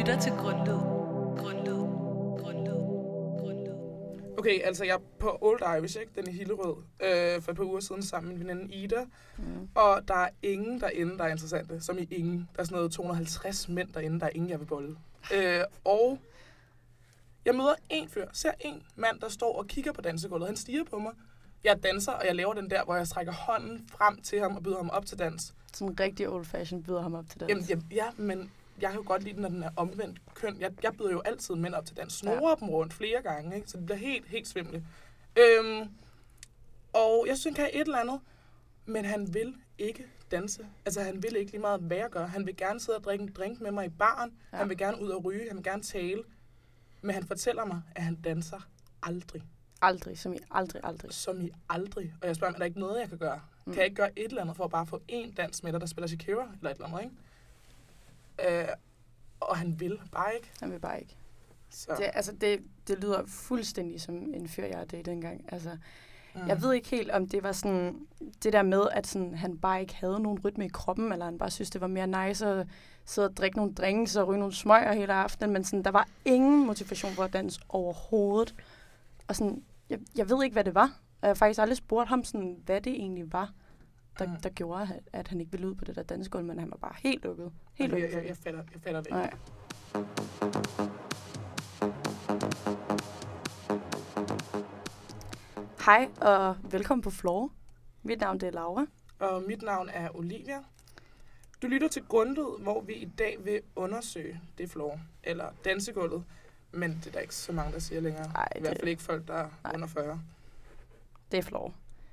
lytter til Grundlyd. Okay, altså jeg er på Old Irish, ikke? Den i Hillerød, for et par uger siden sammen med min veninde Ida. Og der er ingen derinde, der er interessante, som i ingen. Der er sådan noget 250 mænd derinde, der er ingen, jeg vil bolle. Og jeg møder ser en mand, der står og kigger på dansegulvet. Han stiger på mig. Jeg danser, og jeg laver den der, hvor jeg strækker hånden frem til ham og byder ham op til dans. Sådan en rigtig old-fashioned byder ham op til dans. Jamen, ja, men jeg kan jo godt lide den, når den er omvendt køn. Jeg byder jo altid mænd op til dans. Snorer dem rundt flere gange, ikke? Så det bliver helt svimlet. Og jeg synes, han kan et eller andet, men han vil ikke danse. Altså, han vil ikke lige meget, hvad jeg gør. Han vil gerne sidde og drikke en drink med mig i baren. Ja. Han vil gerne ud og ryge. Han vil gerne tale. Men han fortæller mig, at han danser aldrig. Aldrig, som i aldrig. Som i aldrig. Og jeg spørger, er der ikke noget, jeg kan gøre? Kan jeg ikke gøre et eller andet for at bare få en dans med dig, der spiller Shakira eller et eller andet, ikke? Og han vil bare ikke. Han vil bare ikke. Så. Det lyder fuldstændig som en fyr, jeg har datet engang. Altså, jeg ved ikke helt, om det var sådan det der med, at sådan, han bare ikke havde nogen rytme i kroppen, eller han bare synes, det var mere nice at sidde og drikke nogle drinks og ryge nogle smøger hele aftenen, men sådan, der var ingen motivation for at danse overhovedet. Og sådan, jeg ved ikke, hvad det var. Jeg har faktisk aldrig spurgt ham, sådan, hvad det egentlig var, der gjorde, at han ikke ville ud på det der dansegulv, men han var bare helt lukket. Jeg fatter det. Nej. Hej og velkommen på Floor. Mit navn det er Laura. Og mit navn er Olivia. Du lytter til Grundlyd, hvor vi i dag vil undersøge det floor, eller dansegulvet. Men det er der ikke så mange, der siger længere. Ej, I hvert fald ikke folk, der er under 40. Det er Floor.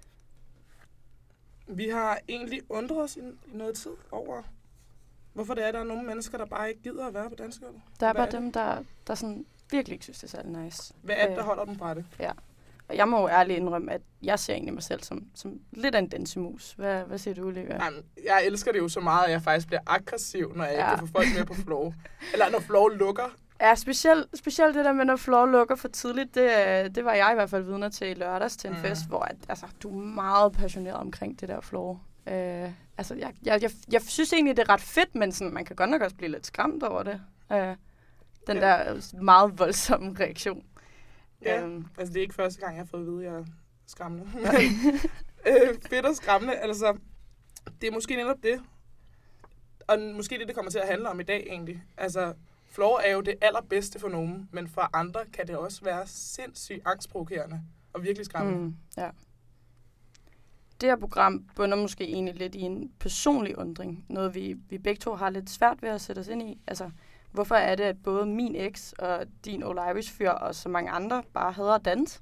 Vi har egentlig undret os i noget tid over, hvorfor det er, der er nogle mennesker, der bare ikke gider at være på dansegulvet. Der er bare dem, der sådan virkelig ikke synes, det er særlig nice. Hvad er det, der holder dem fra det? Ja. Og jeg må jo ærligt indrømme, at jeg ser egentlig mig selv som lidt af en dansemus. Hvad siger du, Olivia? Jamen, jeg elsker det jo så meget, at jeg faktisk bliver aggressiv, når jeg ikke kan få folk med på floor. Eller når floor lukker. Ja, specielt det der med, når floor lukker for tidligt, det var jeg i hvert fald vidner til i lørdags til en fest, hvor du er meget passioneret omkring det der floor. Jeg synes egentlig, det er ret fedt, men sådan, man kan godt nok også blive lidt skræmt over det. Den der meget voldsomme reaktion. Ja, altså det er ikke første gang, jeg har fået at vide, at jeg er skræmmende. Fedt og skræmmende, altså det er måske netop det. Og måske det kommer til at handle om i dag egentlig. Altså, floor er jo det allerbedste for nogen, men for andre kan det også være sindssygt angstprovokerende og virkelig skræmmende. Ja. Det her program bunder måske egentlig lidt i en personlig undring. Noget vi begge to har lidt svært ved at sætte os ind i. Altså, hvorfor er det, at både min eks og din Old Irish-fyr og så mange andre bare hader at danse?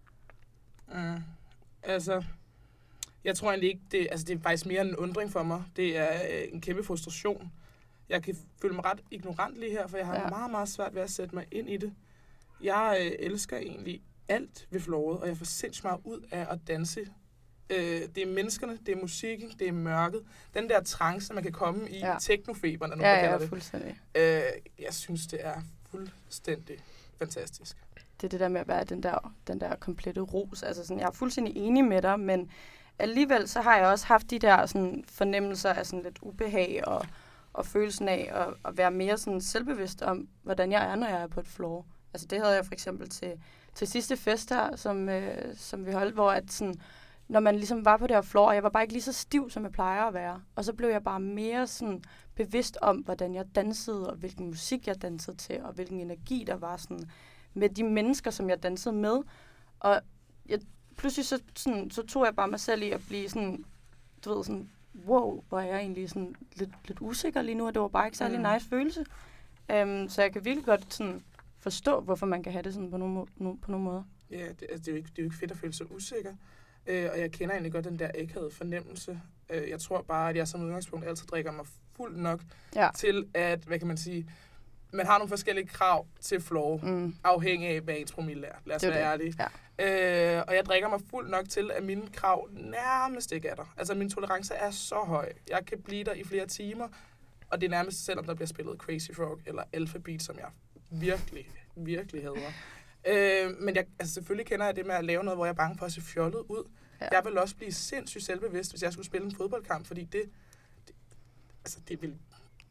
Altså, jeg tror egentlig ikke, det er faktisk mere en undring for mig. Det er en kæmpe frustration. Jeg kan føle mig ret ignorant lige her, for jeg har meget, meget svært ved at sætte mig ind i det. Jeg elsker egentlig alt ved flooret, og jeg får sindssygt meget ud af at danse. Det er menneskerne, det er musikken, det er mørket. Den der trance, man kan komme i, teknofeberen, der nogen kalder det. Fuldstændig. Jeg synes, det er fuldstændig fantastisk. Det er det der med at være den der komplette ros. Altså sådan, jeg er fuldstændig enig med dig, men alligevel så har jeg også haft de der sådan, fornemmelser af sådan lidt ubehag og følelsen af at være mere sådan selvbevidst om, hvordan jeg er, når jeg er på et floor. Altså det havde jeg for eksempel til sidste fest her, som vi holdt, hvor at sådan, når man ligesom var på det her floor, og jeg var bare ikke lige så stiv, som jeg plejer at være. Og så blev jeg bare mere sådan bevidst om, hvordan jeg dansede, og hvilken musik jeg dansede til, og hvilken energi der var sådan med de mennesker, som jeg dansede med. Og pludselig så tog jeg bare mig selv i at blive sådan, du ved, sådan, wow, hvor er jeg egentlig sådan lidt usikker lige nu, og det var bare ikke særlig nice følelse. Så jeg kan virkelig godt sådan forstå, hvorfor man kan have det sådan på nogle måder. Ja, det er jo ikke fedt at føle sig usikker. Og jeg kender egentlig godt den der ægthed fornemmelse. Jeg tror bare, at jeg som udgangspunkt altid drikker mig fuld nok til, at, hvad kan man sige, man har nogle forskellige krav til floor, afhængig af, hvad ens promille er. Lad os være ærlige. Ja. Og jeg drikker mig fuld nok til, at mine krav nærmest ikke er der. Altså, min tolerance er så høj. Jeg kan blive der i flere timer, og det er nærmest selvom der bliver spillet Crazy Frog eller Alpha Beat, som jeg virkelig, virkelig hader. Men selvfølgelig kender jeg det med at lave noget, hvor jeg er bange for at se fjollet ud. Ja. Jeg vil også blive sindssygt selvbevidst, hvis jeg skulle spille en fodboldkamp, fordi det vil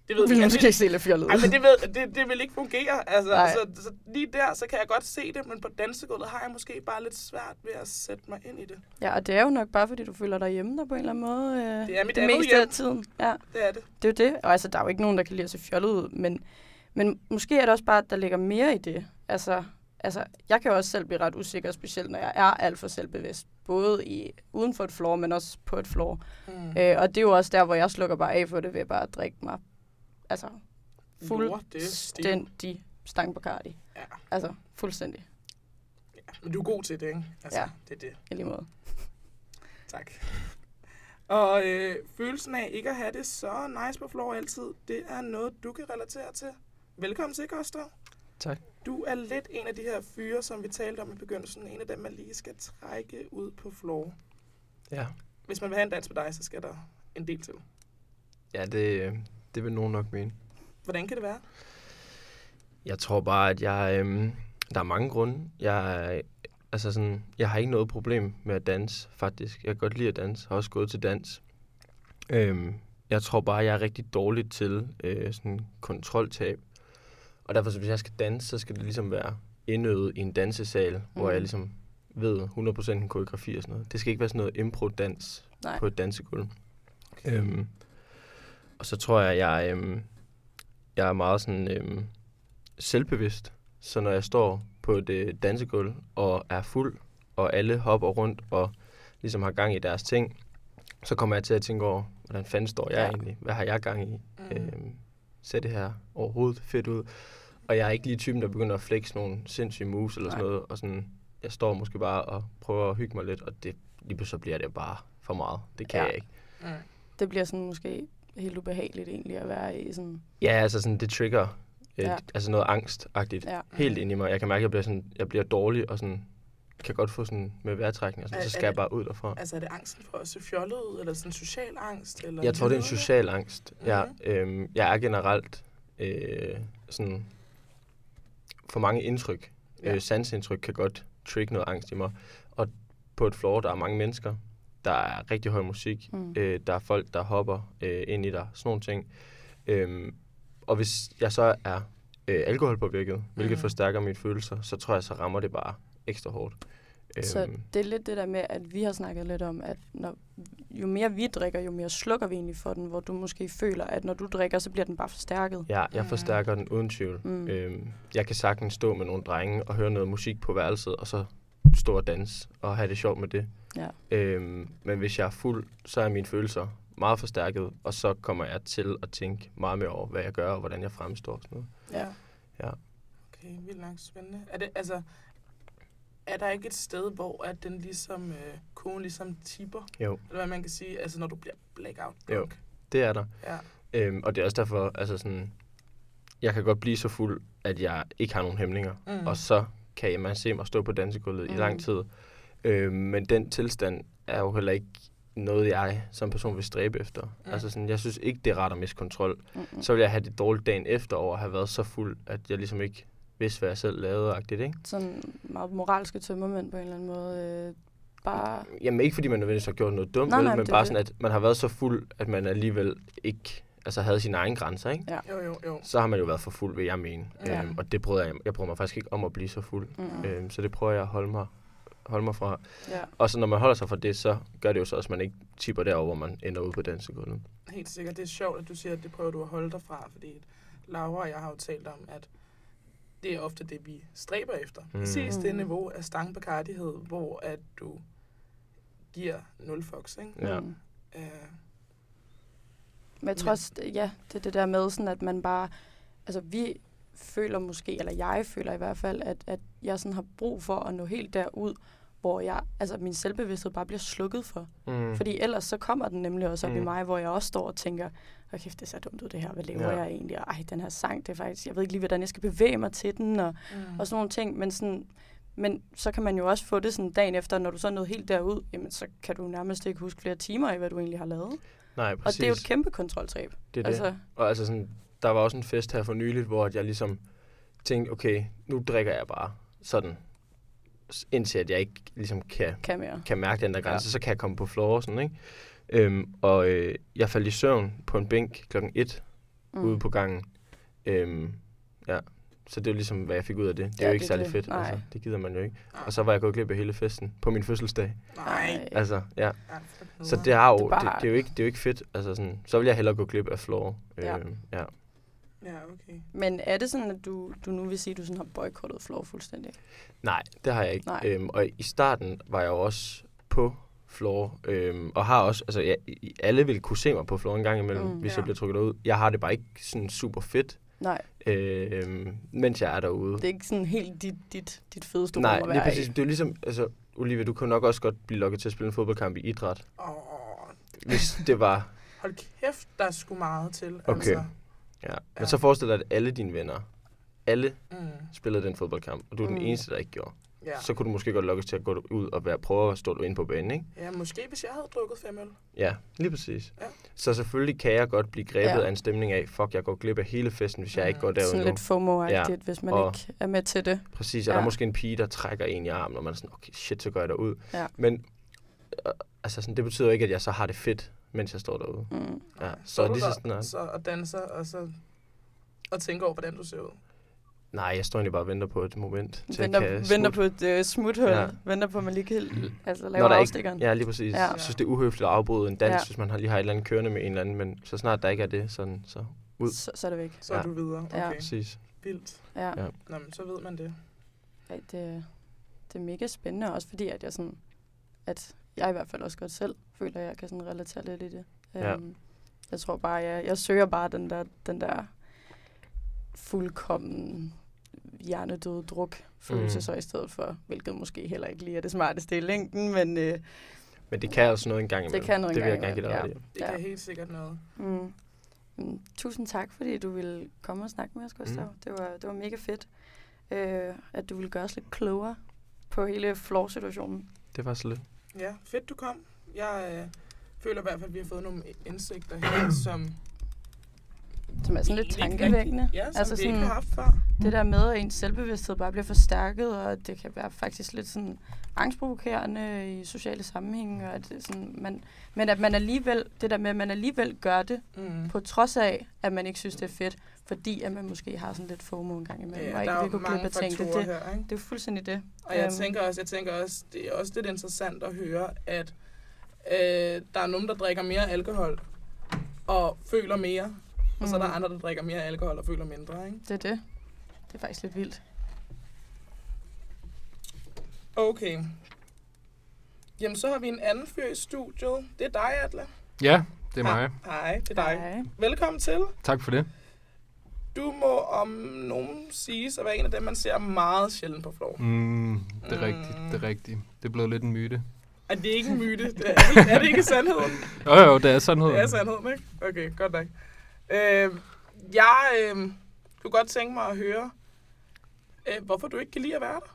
Det ved vi måske ikke se lidt fjollet ud. Ej, men det vil ikke fungere. Altså, så lige der, så kan jeg godt se det, men på dansegulvet har jeg måske bare lidt svært ved at sætte mig ind i det. Ja, og det er jo nok bare, fordi du føler dig hjemme der på en eller anden måde. Det er mit det meste af tiden. Ja. Det er det. Det er jo det. Og altså, der er jo ikke nogen, der kan lide at se fjollet ud, men måske er det også bare, at der ligger mere i det. Altså, jeg kan jo også selv blive ret usikker, specielt når jeg er alt for selvbevidst. Både uden for et floor, men også på et floor. Og det er jo også der, hvor jeg slukker bare af for det, ved bare at drikke mig fuldstændig stang Bacardi. Ja. Altså, fuldstændig. Ja, men du er god til det, ikke? Altså, ja, det er det. I lige måde. Tak. Og følelsen af ikke at have det så nice på floor altid, det er noget, du kan relatere til. Velkommen til, Gustav. Tak. Du er lidt en af de her fyre, som vi talte om i begyndelsen. En af dem, man lige skal trække ud på floor. Ja. Hvis man vil have en dans med dig, så skal der en del til. Ja, det vil nogen nok mene. Hvordan kan det være? Jeg tror bare, at der er mange grunde. Jeg har ikke noget problem med at danse, faktisk. Jeg kan godt lide at danse. Jeg har også gået til dans. Jeg tror bare, at jeg er rigtig dårlig til sådan kontroltab. Og derfor, hvis jeg skal danse, så skal det ligesom være indøvet i en dansesal, hvor jeg ligesom ved 100% en koreografi og sådan noget. Det skal ikke være sådan noget impro-dans på et dansegulv. Og så tror jeg, jeg er meget sådan selvbevidst. Så når jeg står på et dansegulv og er fuld, og alle hopper rundt og ligesom har gang i deres ting, så kommer jeg til at tænke over, hvordan fanden står jeg egentlig? Hvad har jeg gang i? Ser det her overhovedet fedt ud? Og jeg er ikke lige typen, der begynder at flexe nogle sindssyge moves eller sådan noget. Og sådan, jeg står måske bare og prøver at hygge mig lidt, og lige så bliver det bare for meget. Det kan jeg ikke. Det bliver sådan måske helt ubehageligt egentlig at være i sådan... Ja, altså sådan, det trigger altså noget angstagtigt helt ind i mig. Jeg kan mærke, at jeg bliver dårlig og sådan, kan godt få sådan med vejrtrækning og sådan, så skal jeg bare ud derfra. Altså er det angsten for at se fjollet ud, eller sådan social angst? Eller jeg tror, det er en social angst. Ja, jeg er generelt sådan for mange indtryk. Sansindtryk kan godt trigge noget angst i mig. Og på et floor, der er mange mennesker. Der er rigtig høj musik. Der er folk, der hopper ind i dig. Sådan nogle ting. Og hvis jeg så er alkoholpåvirket, hvilket forstærker mine følelser, så tror jeg, så rammer det bare ekstra hårdt. Så det er lidt det der med, at vi har snakket lidt om, at jo mere vi drikker, jo mere slukker vi egentlig for den, hvor du måske føler, at når du drikker, så bliver den bare forstærket. Ja, jeg forstærker den uden tvivl. Jeg kan sagtens stå med nogle drenge og høre noget musik på værelset, og så stå og danse og have det sjovt med det. Ja. Men hvis jeg er fuld, så er mine følelser meget forstærket, og så kommer jeg til at tænke meget mere over, hvad jeg gør, og hvordan jeg fremstår og sådan noget. Ja. Okay, vildt langt spændende. Er der ikke et sted, hvor at den ligesom, kogen ligesom tipper? Jo. Eller hvad man kan sige, altså når du bliver blackout drunk? Jo, det er der. Ja. Og det er også derfor, altså sådan, jeg kan godt blive så fuld, at jeg ikke har nogen hæmninger. Og så kan man se mig stå på dansegulvet i lang tid. Men den tilstand er jo heller ikke noget, jeg som person vil stræbe efter. Altså sådan, jeg synes ikke, det er rart at miste kontrol. Så vil jeg have det dårligt dagen efter over at have været så fuld, at jeg ligesom ikke vidste, hvad jeg selv lavede-agtigt, ikke? Sådan meget moralske tømmermænd på en eller anden måde. Bare... Jamen ikke fordi man nødvendigvis har gjort noget dumt, men bare sådan, at man har været så fuld, at man alligevel ikke havde sine egne grænser, ikke? Ja. Jo. Så har man jo været for fuld, vil jeg mene. Ja. Og det prøver jeg prøver mig faktisk ikke om at blive så fuld. Så det prøver jeg at holde mig fra. Ja. Og så når man holder sig fra det, så gør det jo så også, at man ikke tipper derover, hvor man ender ude på dansegulvet. Helt sikkert. Det er sjovt, at du siger, at det prøver du at holde dig fra, fordi Laura og jeg har jo talt om, at det er ofte det, vi stræber efter. Præcis det niveau af stangbacardighed, hvor at du giver 0 fucks, ikke? Ja. Men jeg tror også, det er det der med, sådan at man bare... Altså, vi føler måske, eller jeg føler i hvert fald, at jeg sådan har brug for at nå helt derud, hvor min selvbevidsthed bare bliver slukket for. Fordi ellers så kommer den nemlig også op i mig, hvor jeg også står og tænker, kæft, det er så dumt ud det her, hvad laver jeg egentlig? Og den her sang, det er faktisk, jeg ved ikke lige, hvordan jeg skal bevæge mig til den, og sådan nogle ting, men så kan man jo også få det sådan dagen efter, når du så er nået helt derud, jamen så kan du nærmest ikke huske flere timer af, hvad du egentlig har lavet. Nej, præcis. Og det er jo et kæmpe kontroltab. Det er det. Og altså sådan, der var også en fest her for nyligt, hvor jeg ligesom tænkte, okay, nu drikker jeg bare sådan, indtil at jeg ikke ligesom kan mærke den der grænse, så kan jeg komme på floor og sådan, ikke? Jeg faldt i søvn på en bænk 1:00 ude på gangen. Ja. Så det er jo ligesom, hvad jeg fik ud af det. Det er jo ikke særlig fedt. Altså, det gider man jo ikke. Og så var jeg gået glip af hele festen på min fødselsdag. Nej. Altså, ja. Så det er jo, det er jo ikke fedt. Altså sådan, så vil jeg hellere gå glip af floor. Ja, okay. Men er det sådan, at du nu vil sige, at du sådan har boykottet floor fuldstændig? Nej, det har jeg ikke. Og i starten var jeg jo også på floor, og har også, altså alle vil kunne se mig på floor en gang imellem, hvis jeg bliver trukket ud. Jeg har det bare ikke sådan super fedt. Nej. Mens jeg er derude. Det er ikke sådan helt dit fedeste rum at være. Nej, præcis. Det er jo ligesom, altså, Olivia, du kunne nok også godt blive lukket til at spille en fodboldkamp i idræt. Hvis det var... Hold kæft, der er sgu meget til. Okay. Altså. Ja. Men så forestil dig, at alle dine venner, spillede den fodboldkamp, og du er den eneste, der ikke gjorde. Ja. Så kunne du måske godt lukkes til at gå ud og prøve at stå inde på banen, ikke? Ja, måske hvis jeg havde drukket 5 øl. Ja, lige præcis. Ja. Så selvfølgelig kan jeg godt blive grebet af en stemning af, fuck, jeg går glip af hele festen, hvis jeg ikke går derude. Sådan lidt FOMO-agtigt, hvis man ikke er med til det. Præcis, og der er måske en pige, der trækker en i armen, og man er sådan, okay, shit, så går jeg derud. Ja. Men altså, sådan, det betyder ikke, at jeg så har det fedt, mens jeg står derude. Ja. Så lige så og danser, og tænker over, hvordan du ser ud. Nej, jeg står egentlig bare og venter på et moment. Venter på et smuthul. Ja. Venter på, at man lige kan lave afstikkeren. Ja, lige præcis. Ja. Jeg synes, det er uhøfligt at afbryde en dans, hvis man lige har et eller andet kørende med en eller anden. Men så snart der ikke er det, så ud. Så er det væk. Så er du videre. Okay. Ja, præcis. Vildt. Ja. Nå, men så ved man det. Ja, det er mega spændende, også fordi at jeg i hvert fald også godt selv føler, at jeg kan sådan relatere lidt i det. Jeg tror bare, jeg søger bare den der fuldkommen hjernedøde druk-følelse så i stedet for, hvilket måske heller ikke lige er det smarteste i længden, men det kan også noget en gang imellem. Det kan noget det en gang imellem. Det kan helt sikkert noget. Tusind tak, fordi du ville komme og snakke med os, Gustav. Det var mega fedt, at du ville gøre os lidt klogere på hele floor-situationen. Det var så lidt. Ja, fedt du kom. Jeg føler i hvert fald, at vi har fået nogle indsigter her, som er sådan lidt tankevækkende. Ja, som altså vi ikke har haft før. Det der med, at ens selvbevidsthed bare bliver forstærket, og det kan være faktisk lidt sådan angstprovokerende i sociale sammenhænge, og at sådan, men at man alligevel, det der med, at man alligevel gør det, på trods af, at man ikke synes, det er fedt, fordi at man måske har sådan lidt FOMO en gang imellem, og ikke vil gå glip af ting. Det er jo fuldstændig det. Og jeg tænker også, det er også lidt interessant at høre, at der er nogen, der drikker mere alkohol, og føler mere, og så er der andre, der drikker mere alkohol og føler mindre, ikke? Det er det. Det er faktisk lidt vildt. Okay. Jamen, så har vi en anden fyr i studiet. Det er dig, Atle. Ja, det er mig. Hej, det er dig. Hej. Velkommen til. Tak for det. Du må om nogen sige at være en af dem, man ser meget sjældent på floor. Det er rigtigt. Det er blevet lidt en myte. Er det ikke en myte? Er det ikke sandheden? Jo, det er sandheden. Det er sandheden, ikke? Okay, godt nok. Jeg kunne godt tænke mig at høre, hvorfor du ikke kan lide at være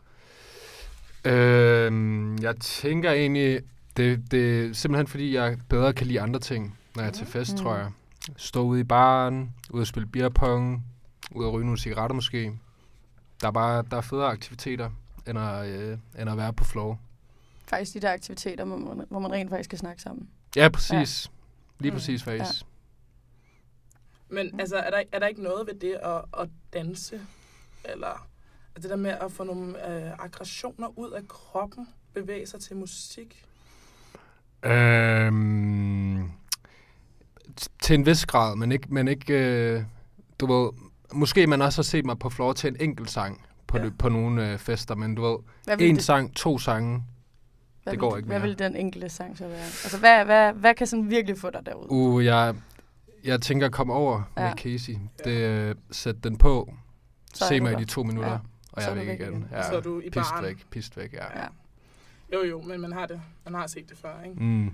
der? Jeg tænker egentlig, det er simpelthen fordi, jeg bedre kan lide andre ting, når jeg er til fest, tror jeg. Stå ude i baren, ude at spille beerpong, ude at ryge nogle cigaretter måske. Der er federe aktiviteter, end at være på floor. Faktisk de der aktiviteter, hvor man rent faktisk kan snakke sammen. Ja, præcis. Ja. Lige præcis faktisk. Ja. Men altså, er der ikke noget ved det at danse, eller det der med at få nogle aggressioner ud af kroppen, bevæge sig til musik? Til en vis grad, men ikke du ved, måske man også har set mig på floor til en enkelt sang på nogle fester, men du ved, sang, 2 sange, det går ikke mere. Hvad vil den enkelte sang så være? Altså, hvad kan sådan virkelig få dig derud? Jeg tænker at komme over med Casey. Sæt den på, se mig i de 2 minutter, og jeg er væk igen. Ja, så er du i baren. Pist væk, ja. Jo, men man har set det før, ikke?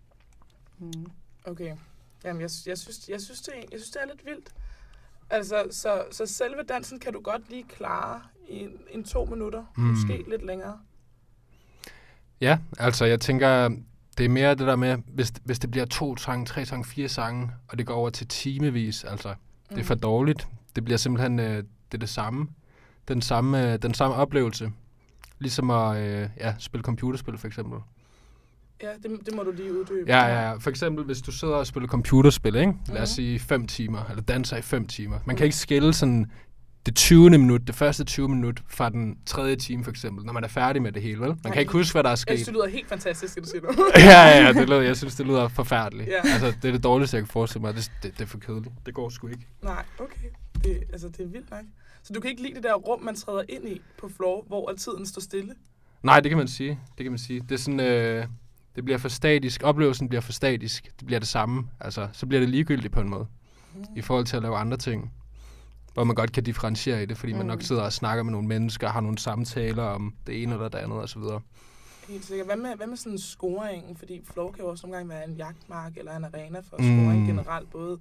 Okay. Jamen, jeg synes, det er lidt vildt. Altså, så selve dansen kan du godt lige klare i en 2 minutter, måske lidt længere. Ja, altså jeg tænker, det er mere det der med, hvis det bliver 2 sange, 3 sange, 4 sange, og det går over til timevis, altså det er for dårligt. Det bliver simpelthen det samme. Den samme oplevelse. Ligesom at spille computerspil for eksempel. Ja, det må du lige uddybe. Ja. For eksempel, hvis du sidder og spiller computerspil, ikke? Lad os sige 5 timer, eller danser i 5 timer. Man kan ikke skille sådan det 20. minut, det første 20 minut fra den 3. time, for eksempel, når man er færdig med det hele, vel? Man kan ikke huske, hvad der er sket. Jeg synes, det lyder helt fantastisk, skal du sige nu. Jeg synes, det lyder forfærdeligt. Ja. Altså, det er det dårligste, jeg kan forestille mig. Det er for kedeligt. Det går sgu ikke. Nej, okay. Det er vildt nok. Så du kan ikke lide det der rum, man træder ind i på floor, hvor tiden står stille? Nej, det kan man sige. Det er sådan, det bliver for statisk. Oplevelsen bliver for statisk. Det bliver det samme. Altså, så bliver det ligegyldigt på en måde. I forhold til at lave andre ting. Hvor man godt kan differentiere i det, fordi man nok sidder og snakker med nogle mennesker, har nogle samtaler om det ene eller det andet, og så videre. Helt sikkert. Hvad med sådan scoringen? Fordi floor kan jo også nogle gange være en jagtmark eller en arena for scoring generelt. Både,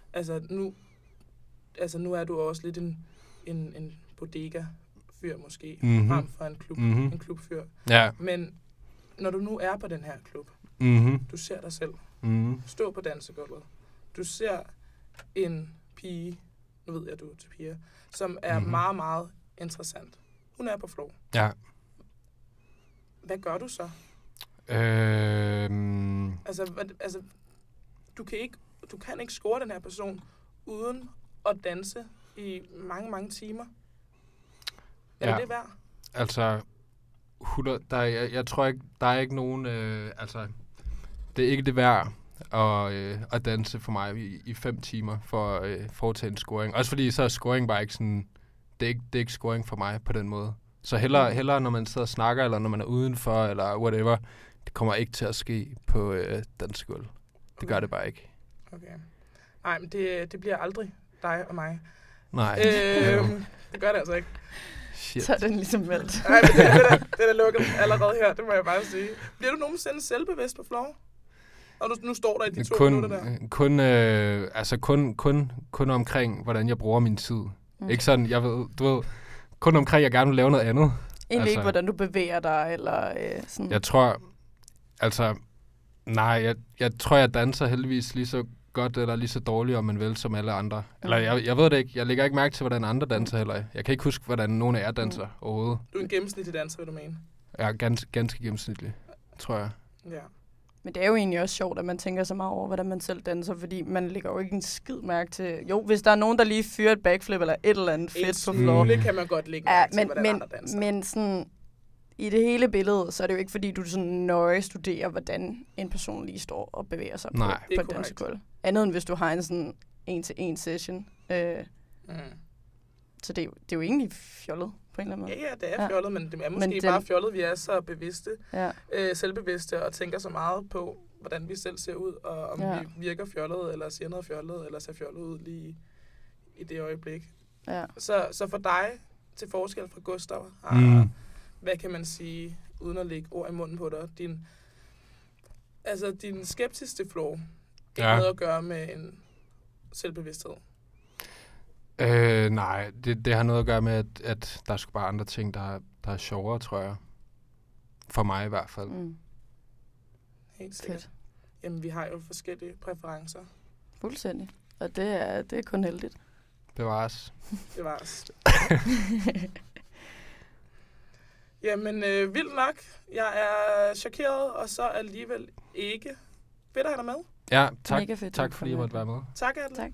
nu er du også lidt en bodega-fyr måske, frem for en klubfyr. Ja. Men når du nu er på den her klub, du ser dig selv stå på dansegulvet, du ser en pige, nu ved jeg, du er til piger, som er meget, meget interessant. Hun er på floor. Ja. Hvad gør du så? Du kan ikke score den her person uden at danse i mange, mange timer. Er det værd? Altså, jeg tror ikke, der er ikke nogen, det er ikke det værd at danse for mig i 5 timer for at foretage en scoring. Også fordi så er scoring bare ikke sådan, det er ikke scoring for mig på den måde. Så hellere når man sidder og snakker, eller når man er udenfor, eller whatever, det kommer ikke til at ske på dansegulv. Det gør det bare ikke. Okay. Nej, men det bliver aldrig dig og mig. Nej. Det gør det altså ikke. Shit. Så er den ligesom meldt. Nej, men det er lukket allerede her, det må jeg bare sige. Bliver du nogensinde selvbevidst på floor? Og nu står der i de 2 minutter der. Kun omkring, hvordan jeg bruger min tid. Ikke sådan, du ved, kun omkring, jeg gerne vil lave noget andet. Egentlig ikke, hvordan du bevæger dig, eller sådan. Jeg tror, jeg tror, jeg danser heldigvis lige så godt eller lige så dårligt, om man vil, som alle andre. Eller jeg ved det ikke. Jeg lægger ikke mærke til, hvordan andre danser heller. Jeg kan ikke huske, hvordan nogen af jer danser overhovedet. Du er en gennemsnitlig danser, vil du mene? Ja, ganske gennemsnitlig, tror jeg. Ja. Men det er jo egentlig også sjovt, at man tænker så meget over, hvordan man selv danser, fordi man lægger jo ikke en skid mærke til. Jo, hvis der er nogen, der lige fyrer et backflip eller et eller andet fedt på floor. Det kan man godt lægge mærke til, hvordan andre danser. Men sådan, i det hele billede, så er det jo ikke, fordi du sådan nøje studerer, hvordan en person lige står og bevæger sig på et dansegulv. Andet end hvis du har en sådan 1-til-1 session. Så det er jo egentlig fjollet på en eller anden måde. Ja, det er fjollet, men det er måske bare fjollet. Vi er så bevidste, selvbevidste og tænker så meget på, hvordan vi selv ser ud, og om vi virker fjollet, eller siger noget fjollet, eller ser fjollet ud lige i det øjeblik. Ja. Så for dig, til forskel fra Gustav, hvad kan man sige, uden at lægge ord i munden på dig, din skepsis til floor, ikke noget at gøre med en selvbevidsthed? Nej, det har noget at gøre med, at der er sgu bare andre ting, der er sjovere, tror jeg. For mig i hvert fald. Helt sikkert. Jamen, vi har jo forskellige præferencer. Fuldstændig. Og det er kun heldigt. Bevares. Jamen, vildt nok. Jeg er chokeret, og så alligevel ikke. Fedt at have dig med. Ja, tak. Tak fordi jeg måtte være med. Tak, Atle. Tak.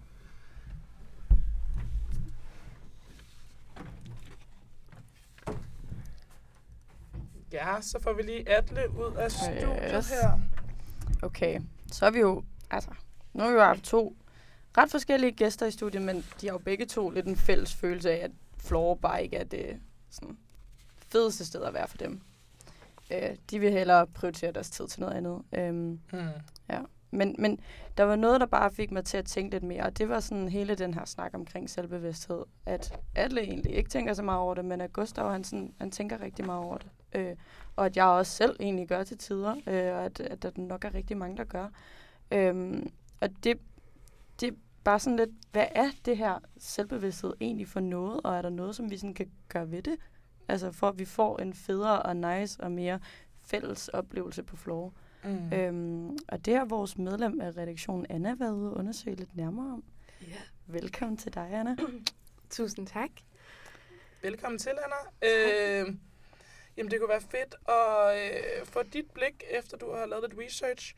Ja, så får vi lige Atle ud af studiet her. Okay, så er vi jo, nu har vi jo haft 2 ret forskellige gæster i studiet, men de har jo begge 2 lidt en fælles følelse af, at floor bare ikke er det sådan fedeste sted at være for dem. De vil hellere prioritere deres tid til noget andet. Ja. Men der var noget, der bare fik mig til at tænke lidt mere, og det var sådan hele den her snak omkring selvbevidsthed, at Atle egentlig ikke tænker så meget over det, men at Gustav, han tænker rigtig meget over det. Og at jeg også selv egentlig gør til tider, og at der nok er rigtig mange, der gør. Og det er bare sådan lidt, hvad er det her selvbevidsthed egentlig for noget, og er der noget, som vi sådan kan gøre ved det? Altså for at vi får en federe og nice og mere fælles oplevelse på floor. Og det har vores medlem af redaktionen, Anna, været ude og undersøge lidt nærmere om. Ja. Velkommen til dig, Anna. Tusind tak. Velkommen til, Anna. Jamen, det kunne være fedt at få dit blik, efter du har lavet lidt research,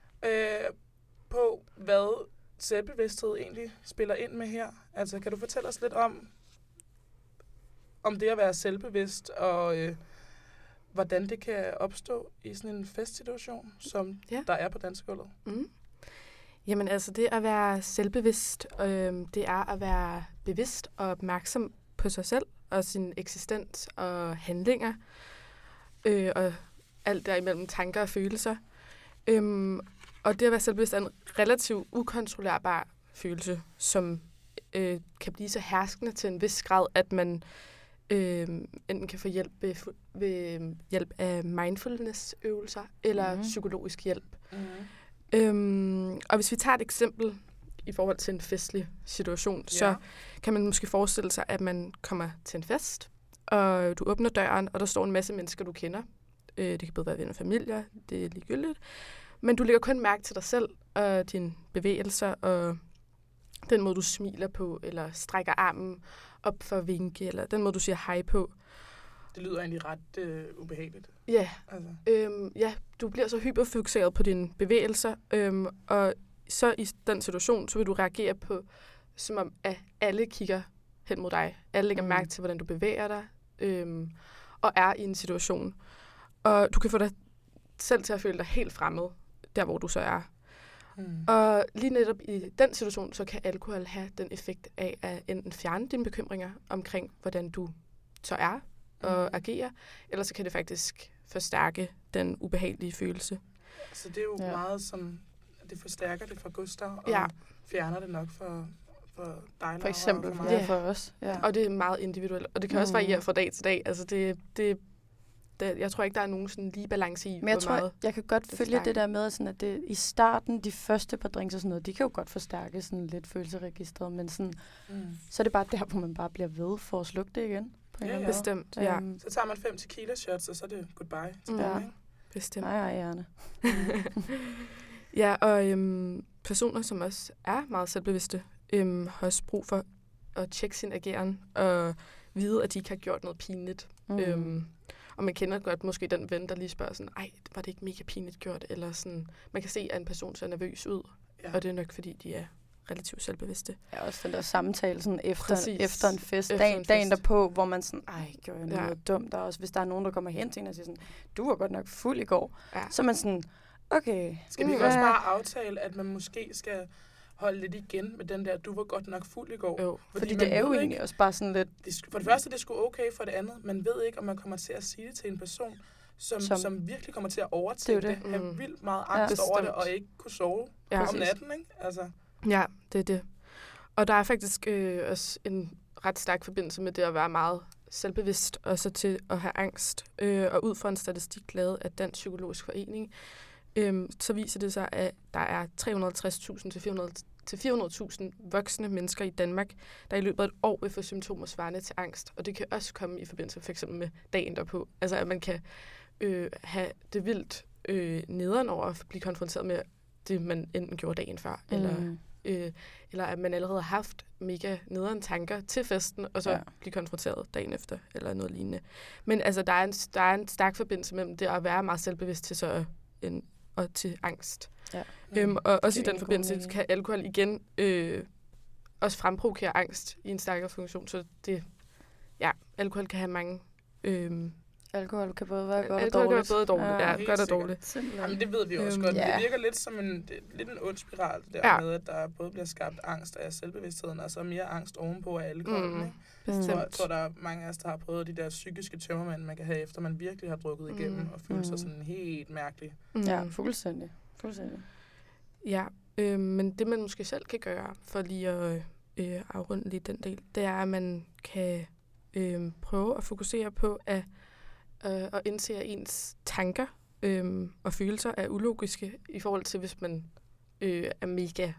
på, hvad selvbevidsthed egentlig spiller ind med her. Altså, kan du fortælle os lidt om det at være selvbevidst, og hvordan det kan opstå i sådan en festsituation, som der er på dansegulvet? Jamen altså, det at være selvbevidst, det er at være bevidst og opmærksom på sig selv og sin eksistens og handlinger, og alt derimellem tanker og følelser. Og det at være selvbevidst er en relativt ukontrollerbar følelse, som kan blive så herskende til en vis grad, at man enten kan få hjælp ved hjælp af mindfulness-øvelser eller psykologisk hjælp. Og hvis vi tager et eksempel i forhold til en festlig situation, så kan man måske forestille sig, at man kommer til en fest, og du åbner døren, og der står en masse mennesker, du kender. Det kan både være venner og familie, det er ligegyldigt. Men du lægger kun mærke til dig selv og dine bevægelser, og den måde, du smiler på, eller strækker armen op for at vinke, eller den måde, du siger hej på. Det lyder egentlig ret ubehageligt. Ja. Altså. Du bliver så hyperfokuseret på dine bevægelser, og så i den situation, så vil du reagere på, som om at alle kigger hen mod dig. Alle lægger mærke til, hvordan du bevæger dig, og er i en situation. Og du kan få dig selv til at føle dig helt fremmed, der hvor du så er. Og lige netop i den situation, så kan alkohol have den effekt af at enten fjerne dine bekymringer omkring, hvordan du så er og agerer, eller så kan det faktisk forstærke den ubehagelige følelse. Så det er jo meget som, det forstærker det for Gustav, og fjerner det nok for dig. For eksempel for mig. For os. Ja. Og det er meget individuelt, og det kan også variere fra dag til dag. Altså jeg tror ikke, der er nogen sådan lige balance i, men jeg tror, jeg kan godt følge det der med, sådan, at det, i starten, de første par drinks og sådan noget, de kan jo godt forstærke sådan lidt følelseregistret, men sådan, så er det bare der, hvor man bare bliver ved for at slukke det igen. Bestemt, Så tager man 5 tequila shots, og så er det goodbye til dem, ikke? Bestemt. Nej, gerne. Ja, og personer, som også er meget selvbevidste, har også brug for at tjekke sin ageren og vide, at de ikke har gjort noget pinligt. Og man kender godt måske den ven, der lige spørger sådan, ej, var det ikke mega pinligt gjort? Eller sådan, man kan se, at en person ser nervøs ud, og det er nok, fordi de er relativt selvbevidste. Ja, også den der samtale sådan efter en fest, dagen derpå, hvor man sådan, ej, gjorde jeg noget dumt. Og også hvis der er nogen, der kommer hen til en og siger sådan, du var godt nok fuld i går. Ja. Så er man sådan, okay. Skal vi også bare aftale, at man måske skal holde lidt igen med den der, du var godt nok fuld i går. Jo, fordi det er jo egentlig også bare sådan lidt... For det første, det er sgu okay, for det andet. Man ved ikke, om man kommer til at sige det til en person, som virkelig kommer til at overtænke det. Have vildt meget angst over det, og ikke kunne sove om natten, ikke? Altså. Ja, det er det. Og der er faktisk også en ret stærk forbindelse med det at være meget selvbevidst, og så til at have angst. Og ud fra en statistik lavet af Dansk Psykologisk Forening, så viser det sig, at der er 350.000 til 400.000 voksne mennesker i Danmark, der i løbet af et år vil få symptomer svarende til angst. Og det kan også komme i forbindelse for eksempel med dagen derpå. Altså at man kan have det vildt nederen over at blive konfronteret med det, man enten gjorde dagen før, eller at man allerede har haft mega nederen tanker til festen, og så blive konfronteret dagen efter, eller noget lignende. Men altså, der er en stærk forbindelse mellem det at være meget selvbevidst til så og til angst. Ja. Og også i den forbindelse kan alkohol igen også fremprovokere angst i en stærkere funktion, så det, alkohol kan have mange... Alkohol kan både være godt og dårligt. Alkohol kan være både dårligt, godt og dårligt. Jamen, det ved vi også godt. Det virker lidt som en ond spiral, det der med, at der både bliver skabt angst af selvbevidstheden, og så mere angst ovenpå af alkoholen. Jeg tror, der er mange af os, der har prøvet de der psykiske tømmermænd, man kan have, efter man virkelig har drukket igennem, og følt sig sådan helt mærkelig. Ja, fuldstændig. Ja, men det man måske selv kan gøre, for lige at afrunde lige den del, det er, at man kan prøve at fokusere på at indse, at ens tanker og følelser er ulogiske i forhold til, hvis man er mega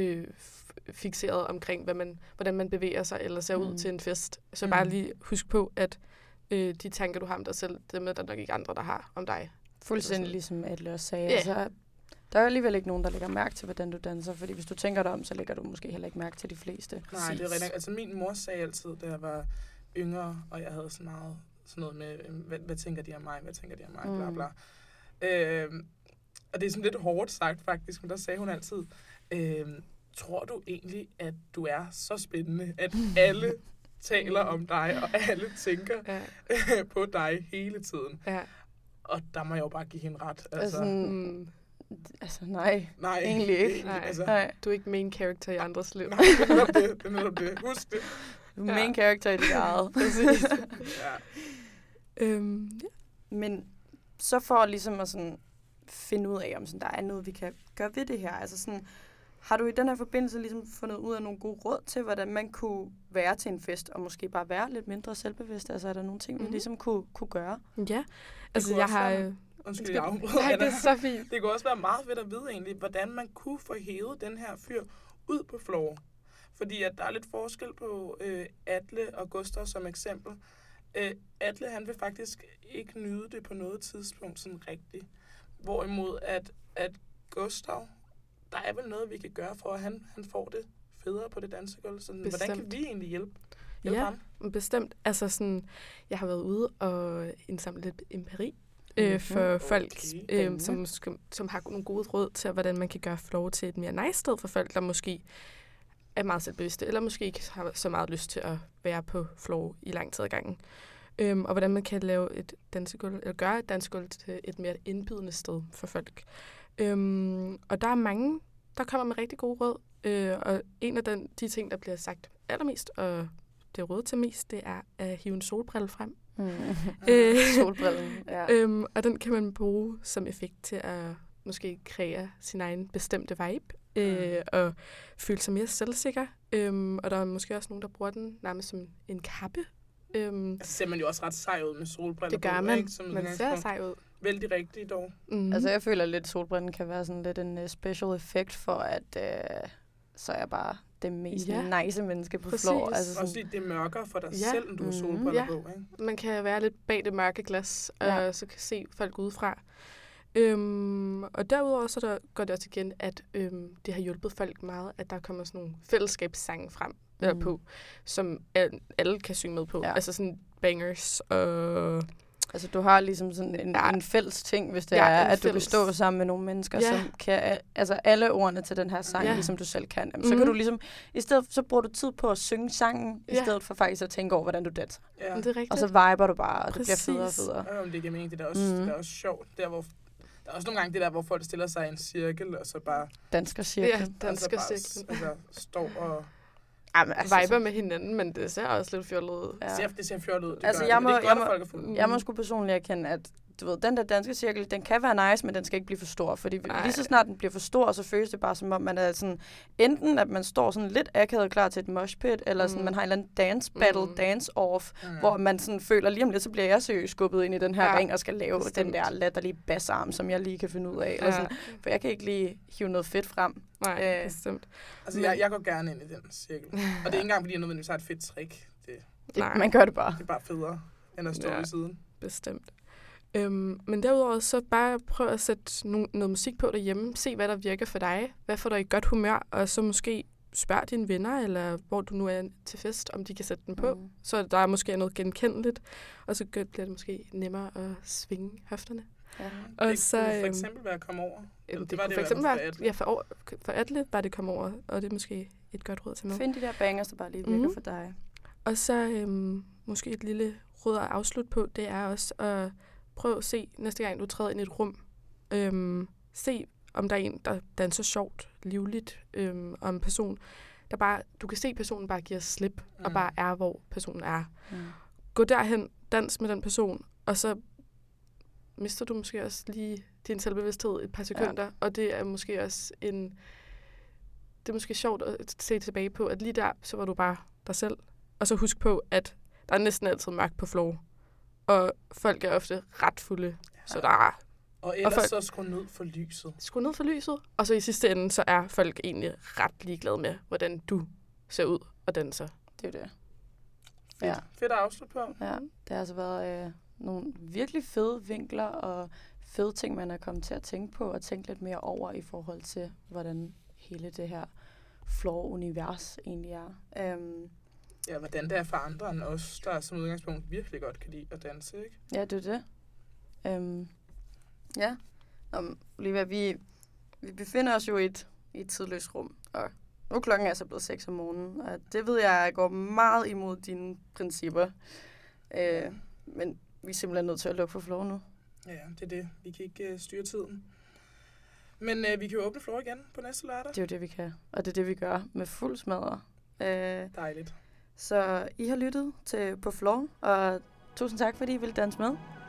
fixeret omkring, hvordan man bevæger sig eller ser ud til en fest. Så bare lige husk på, at de tanker, du har om dig selv, dem er der nok ikke andre, der har om dig. Fuldstændig ligesom Adler også sagde. Altså, der er alligevel ikke nogen, der lægger mærke til, hvordan du danser, fordi hvis du tænker dig om, så lægger du måske heller ikke mærke til de fleste. Nej, det er rigtigt. Altså min mor sagde altid, da jeg var yngre, og jeg havde sådan meget sådan noget med, hvad tænker de om mig, bla bla. Og det er sådan lidt hårdt sagt faktisk, men der sagde hun altid, tror du egentlig, at du er så spændende, at alle taler om dig, og alle tænker på dig hele tiden? Ja. Og der må jeg jo bare give hende ret. Altså nej, egentlig ikke. Nej. Du er ikke main character i andres liv. Nej, det er netop det. Husk det. Du er main character i dit eget. Præcis. Men så for ligesom at sådan finde ud af, om sådan, der er noget, vi kan gøre ved det her. Altså sådan, har du i den her forbindelse ligesom fundet ud af nogle gode råd til, hvordan man kunne være til en fest, og måske bare være lidt mindre selvbevidst? Altså er der nogle ting, vi ligesom kunne gøre? Ja, altså jeg har... Undskyld, jeg afbryder. Nej, det er så fint. Det kunne også være meget fedt at vide egentlig, hvordan man kunne få hævet den her fyr ud på floor. Fordi at der er lidt forskel på Atle og Gustav som eksempel. Atle, han vil faktisk ikke nyde det på noget tidspunkt sådan rigtigt. Hvorimod at Gustav, der er vel noget, vi kan gøre for, at han får det federe på det dansegulv. Så hvordan kan vi egentlig hjælpe ham? Bestemt. Altså sådan, jeg har været ude og indsamle lidt empiri for folk, som har nogle gode råd til, hvordan man kan gøre floor til et mere nice sted for folk, der måske er meget selvbevidste, eller måske ikke har så meget lyst til at være på floor i lang tid ad gangen. Og hvordan man kan lave et dansegulv, eller gøre et dansegulv til et mere indbydende sted for folk. Og der er mange, der kommer med rigtig gode råd. Og en af de ting, der bliver sagt allermest, og det er råd til mest, det er at hive en solbrille frem. Solbrillen, ja. Og den kan man bruge som effekt til at måske kreere sin egen bestemte vibe, og føle sig mere selvsikker. Og der er måske også nogen, der bruger den nærmest som en kappe. Altså ser man jo også ret sej ud med solbriller. Det gør man. Ikke? Som man ser sej ud. Vældig rigtigt dog. Altså jeg føler lidt, at solbrillen kan være sådan lidt en special effekt for, at så er jeg bare det mest nice menneske på floor. Altså sådan. Også fordi det er mørkere for dig selv, end du har solbriller på. Ikke? Man kan være lidt bag det mørke glas, og så kan se folk udefra. Og derudover så går det også igen, at det har hjulpet folk meget, at der kommer sådan nogle fællesskabssange frem på, som alle kan synge med på. Altså sådan bangers og... Altså du har ligesom sådan en fælles ting, hvis det er, at du kan stå sammen med nogle mennesker, som kan, altså alle ordene til den her sang, ligesom du selv kan. Jamen, så kan du ligesom, i stedet så bruger du tid på at synge sangen, i stedet for faktisk at tænke over, hvordan du danser. Ja. Det er rigtigt. Og så viber du bare, og det bliver federe og federe. Ja, det giver mening, det er også sjovt. Der er også nogle gange det der, hvor folk stiller sig i en cirkel, og så bare... Danskercirkel. Ja, danskercirkel. Altså står og... Viber med hinanden, men det ser også lidt fjollet ud. Ja. Det ser fjollet ud. Altså, jeg må sgu personligt erkende, at du ved, den der danske cirkel, den kan være nice, men den skal ikke blive for stor. Fordi lige så snart den bliver for stor, så føles det bare som om, man er sådan, enten at man står sådan lidt akavet klar til et moshpit, eller sådan, man har en eller anden dance battle, dance off, hvor man sådan føler, lige om lidt, så bliver jeg seriøst skubbet ind i den her ring, og skal lave den der latterlige bassarm, som jeg lige kan finde ud af. Eller sådan, for jeg kan ikke lige hive noget fedt frem. Nej, bestemt. Altså, jeg går gerne ind i den cirkel. Og det er ikke engang, fordi jeg nødvendigvis har et fedt trick. Man gør det bare. Det er bare federe, end at stå ved siden. Bestemt. Men derudover så bare prøv at sætte noget musik på derhjemme. Se, hvad der virker for dig. Hvad får dig i godt humør? Og så måske spørg dine venner, eller hvor du nu er til fest, om de kan sætte den på. Så der er måske noget genkendeligt. Og så bliver det måske nemmere at svinge høfterne. Ja. Og det så, kunne for eksempel være at komme over. Det var det for eksempel være, for Atle var det komme over, og det er måske et godt råd til mig. Find de der bangers, der bare lige virker for dig. Og så måske et lille råd at afslutte på, det er også at prøve at se, næste gang du træder ind i et rum, se om der er en, der danser sjovt, livligt, og en person, der bare, du kan se personen bare giver slip, og bare er, hvor personen er. Gå derhen, dans med den person, og så mister du måske også lige din selvbevidsthed et par sekunder, og det er måske også det er måske sjovt at se tilbage på, at lige der, så var du bare dig selv. Og så husk på, at der er næsten altid mørkt på floor, og folk er ofte ret fulde, så der er... Og ellers så skru ned for lyset. Skru ned for lyset, og så i sidste ende, så er folk egentlig ret ligeglade med, hvordan du ser ud og danser. Det er det. Fedt at afslutte på. Ja, det har altså været nogle virkelig fede vinkler og fede ting, man er kommet til at tænke på og tænke lidt mere over i forhold til, hvordan hele det her floor-univers egentlig er. ja, hvordan det er for andre end os, der som udgangspunkt virkelig godt kan lide at danse, ikke? Ja, det er det. Ja. Olivia, vi befinder os jo i et tidløst rum, og nu klokken er så blevet 6 om morgenen, og det ved jeg går meget imod dine principper. Men vi er simpelthen nødt til at lukke for Floor nu. Ja, det er det. Vi kan ikke styre tiden. Men vi kan jo åbne Floor igen på næste lørdag. Det er jo det, vi kan. Og det er det, vi gør med fuld smadre. Dejligt. Så I har lyttet til På Floor, og tusind tak, fordi I ville danse med.